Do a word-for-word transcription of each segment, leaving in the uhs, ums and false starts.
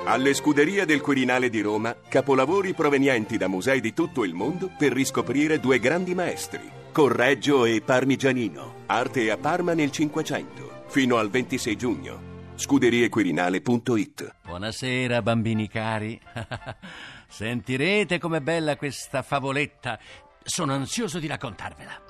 Alle Scuderie del Quirinale di Roma, capolavori provenienti da musei di tutto il mondo per riscoprire due grandi maestri, Correggio e Parmigianino, arte a Parma nel Cinquecento, fino al ventisei giugno. Scuderiequirinale punto it. Buonasera, bambini cari. Sentirete com'è bella questa favoletta. Sono ansioso di raccontarvela.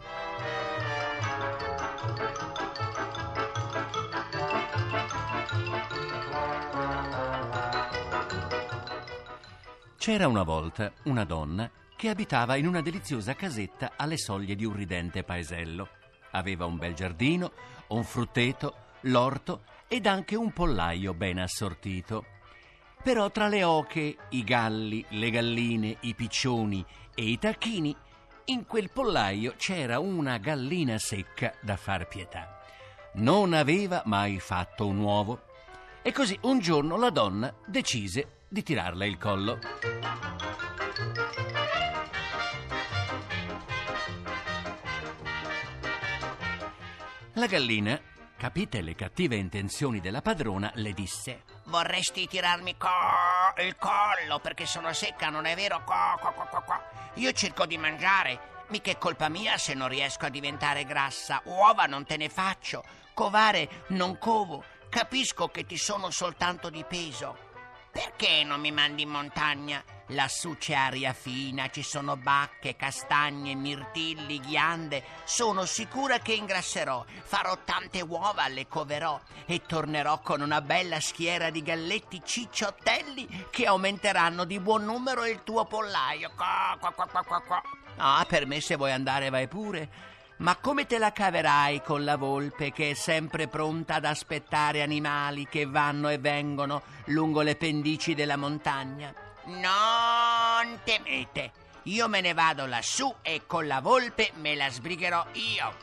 C'era una volta una donna che abitava in una deliziosa casetta alle soglie di un ridente paesello. Aveva un bel giardino, un frutteto, l'orto ed anche un pollaio ben assortito. Però tra le oche, i galli, le galline, i piccioni e i tacchini, in quel pollaio c'era una gallina secca da far pietà. Non aveva mai fatto un uovo. E così un giorno la donna decise di tirarle il collo. La gallina, capite le cattive intenzioni della padrona, le disse: vorresti tirarmi co- il collo perché sono secca, non è vero? Co- co- co- co- co. Io cerco di mangiare, mica è colpa mia se non riesco a diventare grassa. Uova non te ne faccio, covare non covo, capisco che ti sono soltanto di peso. Perché non mi mandi in montagna? Lassù c'è aria fina, ci sono bacche, castagne, mirtilli, ghiande. Sono sicura che ingrasserò, farò tante uova, le coverò e tornerò con una bella schiera di galletti cicciottelli che aumenteranno di buon numero il tuo pollaio. Qua, qua, qua, qua, qua, qua. Ah, per me se vuoi andare vai pure. Ma come te la caverai con la volpe che è sempre pronta ad aspettare animali che vanno e vengono lungo le pendici della montagna? Non temete, io me ne vado lassù e con la volpe me la sbrigherò io.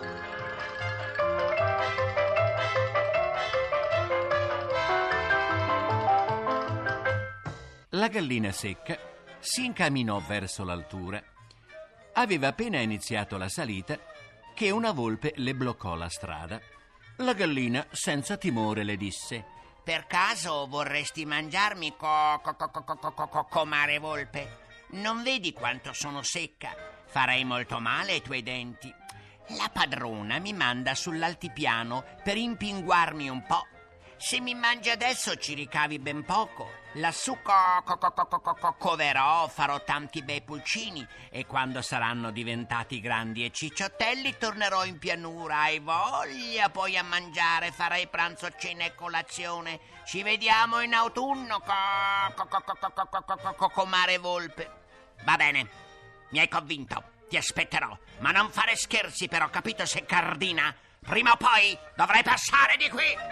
La gallina secca si incamminò verso l'altura. Aveva appena iniziato la salita che una volpe le bloccò la strada. La gallina, senza timore, le disse: per caso vorresti mangiarmi, co- co- co- co- co- co- co- comare volpe? Non vedi quanto sono secca? Farei molto male ai tuoi denti. La padrona mi manda sull'altipiano per impinguarmi un po'. Se mi mangi adesso ci ricavi ben poco. Lassù co- co- co- co- co- co- coverò, farò tanti bei pulcini e quando saranno diventati grandi e cicciottelli tornerò in pianura. Hai voglia poi a mangiare, farei pranzo, cena e colazione. Ci vediamo in autunno, co- co- co- co- co- co- co- co- co- comare volpe. Va bene, mi hai convinto, ti aspetterò, ma non fare scherzi però, capito, seccardina? Prima o poi dovrai passare di qui.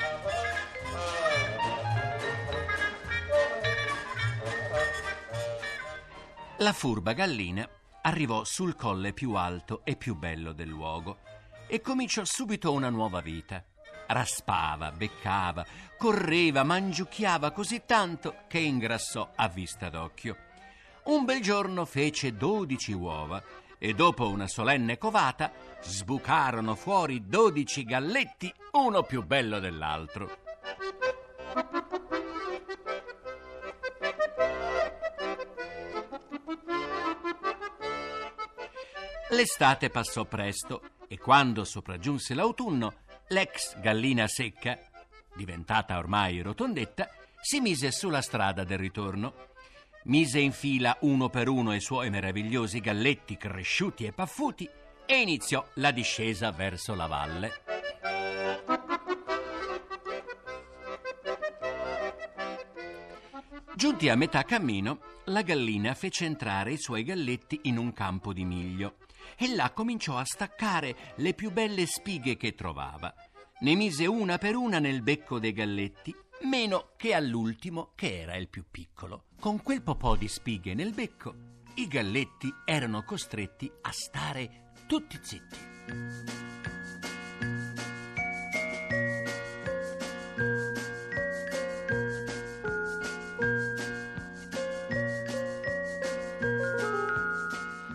La furba gallina arrivò sul colle più alto e più bello del luogo e cominciò subito una nuova vita. Raspava, beccava, correva, mangiucchiava così tanto che ingrassò a vista d'occhio. Un bel giorno fece dodici uova e dopo una solenne covata sbucarono fuori dodici galletti, uno più bello dell'altro. L'estate passò presto e quando sopraggiunse l'autunno, l'ex gallina secca, diventata ormai rotondetta, si mise sulla strada del ritorno. Mise in fila uno per uno i suoi meravigliosi galletti cresciuti e paffuti e iniziò la discesa verso la valle. Giunti a metà cammino, la gallina fece entrare i suoi galletti in un campo di miglio e là cominciò a staccare le più belle spighe che trovava. Ne mise una per una nel becco dei galletti, meno che all'ultimo, che era il più piccolo. Con quel popò di spighe nel becco, i galletti erano costretti a stare tutti zitti.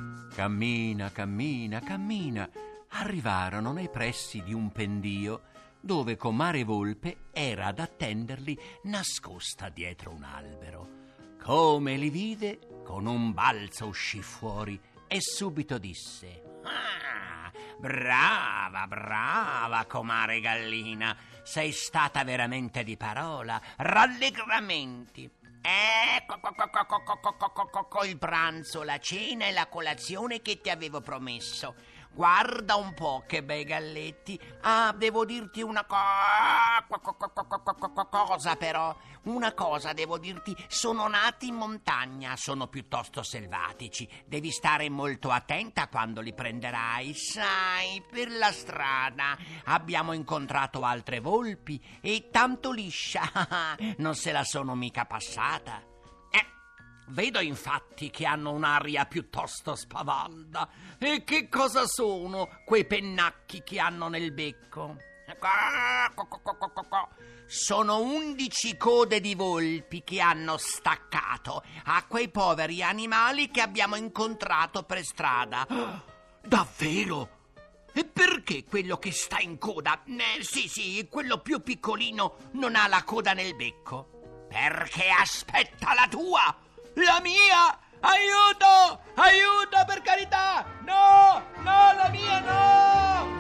Cammina, cammina, cammina. Arrivarono nei pressi di un pendio dove comare Volpe era ad attenderli nascosta dietro un albero. Come li vide, con un balzo uscì fuori e subito disse: Ah, brava, brava, comare Gallina. Sei stata veramente di parola. Rallegramenti. Ecco co, co, co, co, co, co, co, co, co, il pranzo, la cena e la colazione che ti avevo promesso. Guarda un po' che bei galletti. Ah, devo dirti una co- co- co- co- co- co- co- cosa però. Una cosa devo dirti, sono nati in montagna, sono piuttosto selvatici. Devi stare molto attenta quando li prenderai. Sai, per la strada abbiamo incontrato altre volpi e tanto liscia, non se la sono mica passata. Eh, vedo infatti che hanno un'aria piuttosto spavalda. E che cosa sono quei pennacchi che hanno nel becco? Sono undici code di volpi che hanno staccato a quei poveri animali che abbiamo incontrato per strada. Davvero? E perché quello che sta in coda, eh, sì sì, quello più piccolino, non ha la coda nel becco? Perché aspetta la tua, la mia! Aiuto! Aiuto, per carità! No! No, la mia no!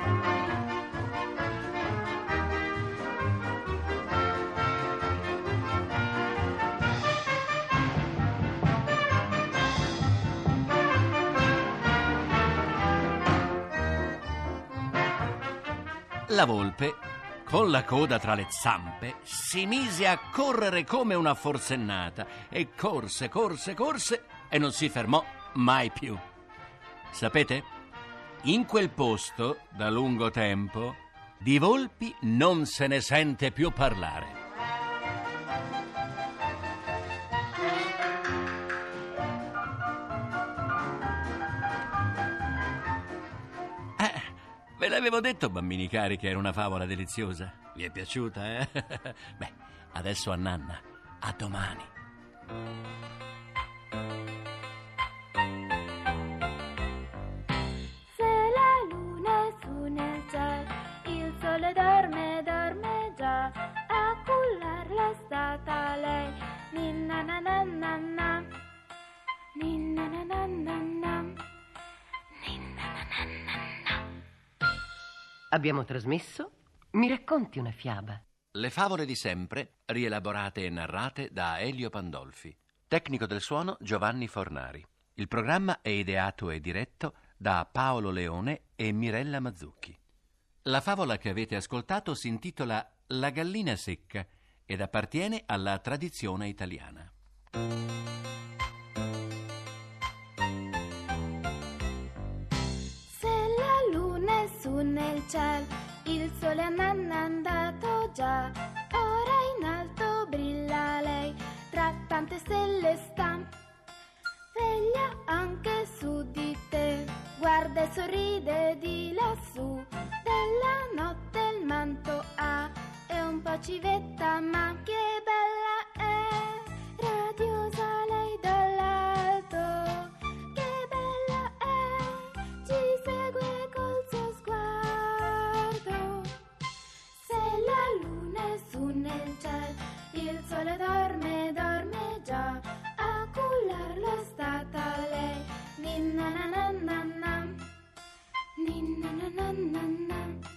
La volpe, con la coda tra le zampe, si mise a correre come una forsennata e corse, corse, corse e non si fermò mai più. Sapete? In quel posto, da lungo tempo, di volpi non se ne sente più parlare. Ve l'avevo detto, bambini cari, che era una favola deliziosa. Vi è piaciuta, eh? Beh, adesso a nanna. A domani. Se la luna è su nel cielo, il sole dorme, dorme già. A cullarla è stata lei. Ninna na na na na. Ninna na na na na. Ninna na na na na. Abbiamo trasmesso Mi racconti una fiaba? Le favole di sempre, rielaborate e narrate da Elio Pandolfi. Tecnico del suono Giovanni Fornari. Il programma è ideato e diretto da Paolo Leone e Mirella Mazzucchi. La favola che avete ascoltato si intitola La gallina secca ed appartiene alla tradizione italiana. Nel cielo il sole è andato già, ora in alto brilla lei, tra tante stelle sta, veglia anche su di te, guarda e sorride di lassù, della notte il manto ha, è un po' civetta ma che bella è, radiosa lei dall'alto, che bella è, ci segue col suo sguardo. Se la luna è su nel cielo, il sole dorme, dorme già, a cullarlo è stata lei. Ninna na na na na, ninna na na na na.